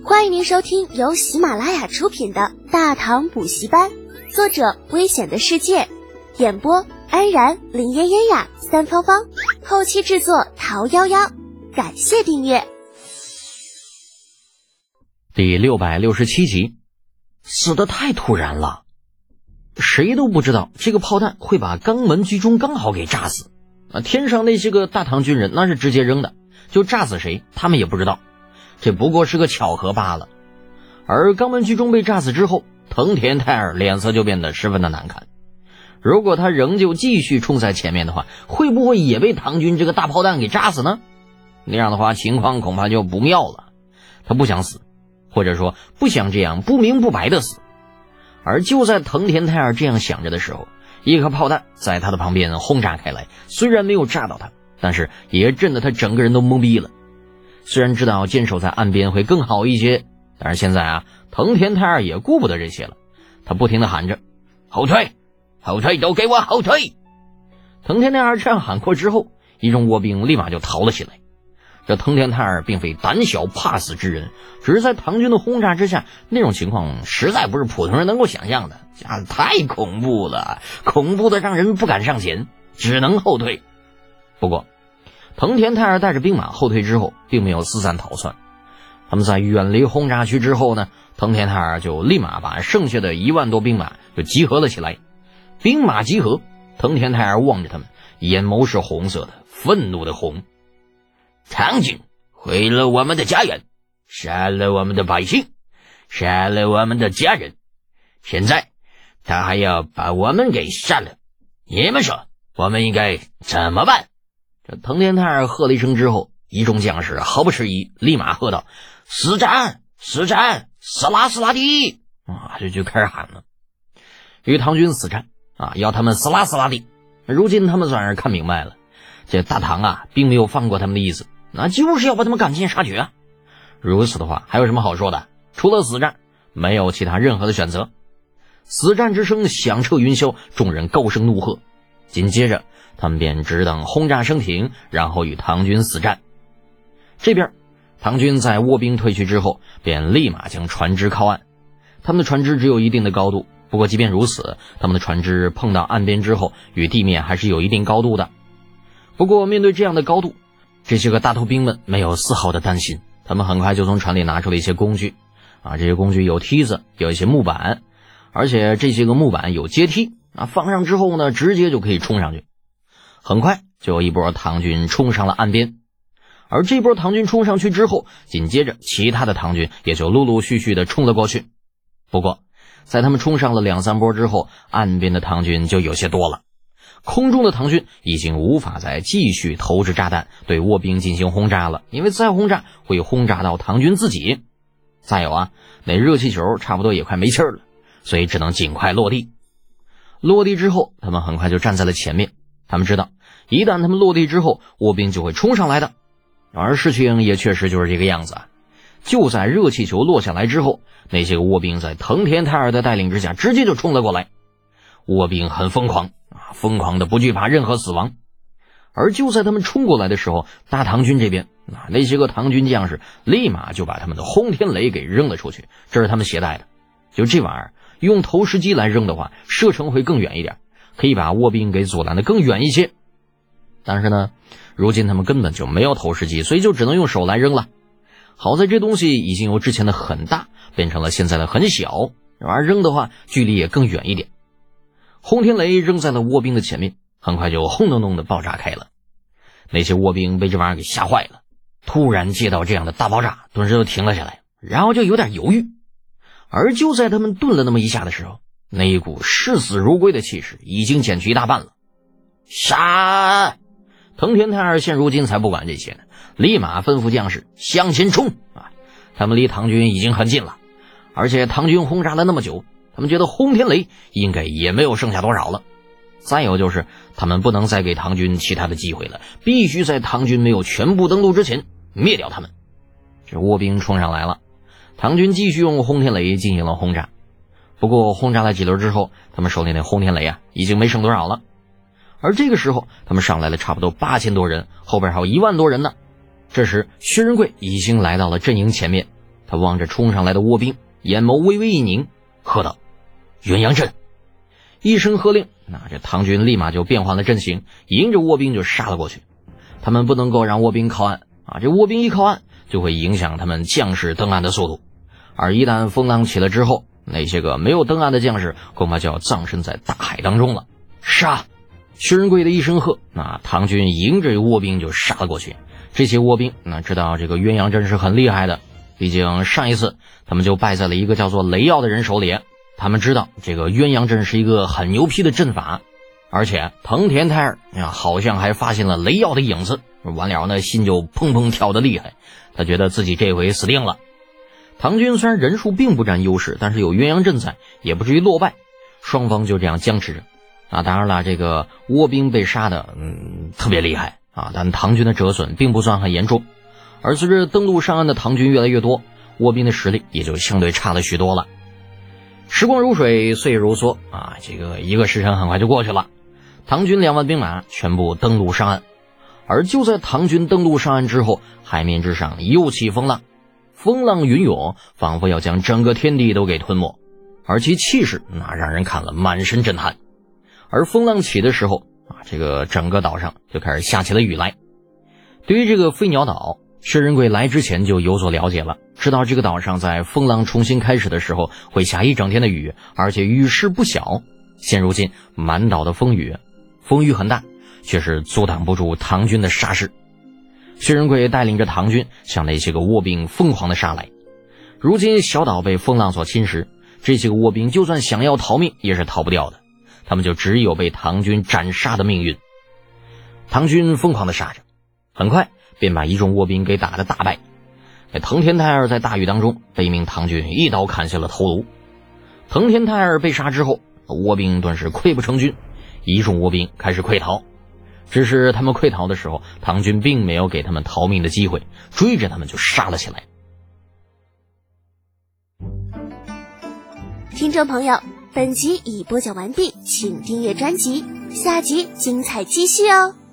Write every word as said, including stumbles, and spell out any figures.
欢迎您收听由喜马拉雅出品的《大唐补习班》，作者危险的世界，演播安然、林嫣嫣呀、三芳芳，后期制作桃夭夭。感谢订阅。 第六百六十七集，死得太突然了，谁都不知道这个炮弹会把肛门居中刚好给炸死啊！天上那些个大唐军人那是直接扔的，就炸死谁他们也不知道，这不过是个巧合罢了。而肛门居中被炸死之后，藤田泰尔脸色就变得十分的难看。如果他仍旧继续冲在前面的话，会不会也被唐军这个大炮弹给炸死呢？那样的话情况恐怕就不妙了。他不想死，或者说不想这样不明不白的死。而就在藤田泰尔这样想着的时候，一颗炮弹在他的旁边轰炸开来，虽然没有炸到他，但是也震得他整个人都懵逼了。虽然知道坚守在岸边会更好一些，但是现在啊，藤田泰尔也顾不得这些了。他不停地喊着后退，后退，都给我后退。藤田泰尔这样喊过之后，一众卧兵立马就逃了起来。这藤田泰尔并非胆小怕死之人，只是在唐军的轰炸之下，那种情况实在不是普通人能够想象的，啊，太恐怖了，恐怖的让人不敢上前，只能后退。不过藤田泰尔带着兵马后退之后，并没有四散逃窜。他们在远离轰炸区之后呢，藤田泰尔就立马把剩下的一万多兵马就集合了起来。兵马集合，藤田泰尔望着他们，眼眸是红色的，愤怒的红。唐军毁了我们的家园，杀了我们的百姓，杀了我们的家人，现在他还要把我们给杀了，你们说我们应该怎么办？这藤田泰尔喝了一声之后，一众将士毫不迟疑，立马喝道：死战，死战，死拉死拉的啊！这就开始喊了，与唐军死战啊，要他们死拉死拉的。如今他们算是看明白了，这大唐啊并没有放过他们的意思，那就是要把他们赶尽杀绝啊！如此的话还有什么好说的？除了死战，没有其他任何的选择。死战之声响彻云霄，众人高声怒喝。紧接着他们便只等轰炸声停，然后与唐军死战。这边唐军在卧兵退去之后，便立马将船只靠岸。他们的船只只有一定的高度，不过即便如此，他们的船只碰到岸边之后，与地面还是有一定高度的。不过面对这样的高度，这些个大头兵们没有丝毫的担心，他们很快就从船里拿出了一些工具啊，这些工具有梯子，有一些木板，而且这些个木板有阶梯啊，放上之后呢，直接就可以冲上去。很快就有一波唐军冲上了岸边，而这波唐军冲上去之后，紧接着其他的唐军也就陆陆续续的冲了过去。不过在他们冲上了两三波之后，岸边的唐军就有些多了，空中的唐军已经无法再继续投掷炸弹对卧兵进行轰炸了，因为再轰炸会轰炸到唐军自己。再有啊，那热气球差不多也快没气儿了，所以只能尽快落地。落地之后，他们很快就站在了前面，他们知道一旦他们落地之后，卧兵就会冲上来的。而事情也确实就是这个样子啊！就在热气球落下来之后，那些个卧兵在藤田泰尔的带领之下直接就冲了过来。卧兵很疯狂啊，疯狂的不惧怕任何死亡。而就在他们冲过来的时候，大唐军这边啊，那些个唐军将士立马就把他们的轰天雷给扔了出去，这是他们携带的。就这玩意儿用投石机来扔的话，射程会更远一点，可以把卧兵给阻拦的更远一些。但是呢，如今他们根本就没有投石机，所以就只能用手来扔了。好在这东西已经由之前的很大变成了现在的很小，而扔的话距离也更远一点。轰天雷扔在了卧兵的前面，很快就轰隆隆的爆炸开了。那些卧兵被这玩意儿给吓坏了，突然接到这样的大爆炸，顿时就停了下来，然后就有点犹豫。而就在他们顿了那么一下的时候，那一股视死如归的气势已经减去一大半了。杀！藤田泰尔现如今才不管这些呢，立马吩咐将士向前冲啊！他们离唐军已经很近了，而且唐军轰炸了那么久，他们觉得轰天雷应该也没有剩下多少了。再有就是他们不能再给唐军其他的机会了，必须在唐军没有全部登陆之前灭掉他们。这卧兵冲上来了，唐军继续用轰天雷进行了轰炸。不过轰炸了几轮之后，他们手里那轰天雷啊已经没剩多少了。而这个时候他们上来了差不多八千多人，后边还有一万多人呢。这时薛仁贵已经来到了阵营前面， 他望着冲上来的倭兵，眼眸微微一凝，喝道：鸳鸯阵！一声喝令，那这唐军立马就变换了阵型，迎着倭兵就杀了过去。他们不能够让倭兵靠岸啊，这倭兵一靠岸就会影响他们将士登岸的速度，而一旦风浪起了之后，那些个没有登岸的将士恐怕就要葬身在大海当中了。杀！薛仁贵的一声喝，那唐军迎着倭兵就杀了过去。这些倭兵那知道这个鸳鸯阵是很厉害的，毕竟上一次他们就败在了一个叫做雷耀的人手里。他们知道这个鸳鸯阵是一个很牛批的阵法，而且藤田太二呀好像还发现了雷耀的影子，完了呢心就砰砰跳得厉害，他觉得自己这回死定了。唐军虽然人数并不占优势，但是有鸳鸯阵在，也不至于落败，双方就这样僵持着。啊，当然了，这个倭兵被杀的嗯特别厉害啊，但唐军的折损并不算很严重。而随着登陆上岸的唐军越来越多，倭兵的实力也就相对差了许多了。时光如水，岁月如梭啊，这个一个时辰很快就过去了。唐军两万兵马全部登陆上岸，而就在唐军登陆上岸之后，海面之上又起风浪，风浪云涌，仿佛要将整个天地都给吞没，而其气势那让人看了满身震撼。而风浪起的时候啊，这个整个岛上就开始下起了雨来。对于这个飞鸟岛，薛仁贵来之前就有所了解了，知道这个岛上在风浪重新开始的时候会下一整天的雨，而且雨势不小。现如今满岛的风雨，风雨很大，却是阻挡不住唐军的杀势。薛仁贵带领着唐军向那些个倭兵疯狂地杀来。如今小岛被风浪所侵蚀，这些个倭兵就算想要逃命也是逃不掉的，他们就只有被唐军斩杀的命运。唐军疯狂地杀着，很快便把一众倭兵给打得大败。藤田太二在大雨当中被一名唐军一刀砍下了头颅。藤田太二被杀之后，倭兵顿时溃不成军，一众倭兵开始溃逃。只是他们溃逃的时候，唐军并没有给他们逃命的机会，追着他们就杀了起来。 听众朋友，本集已播讲完毕，请订阅专辑，下集精彩继续哦。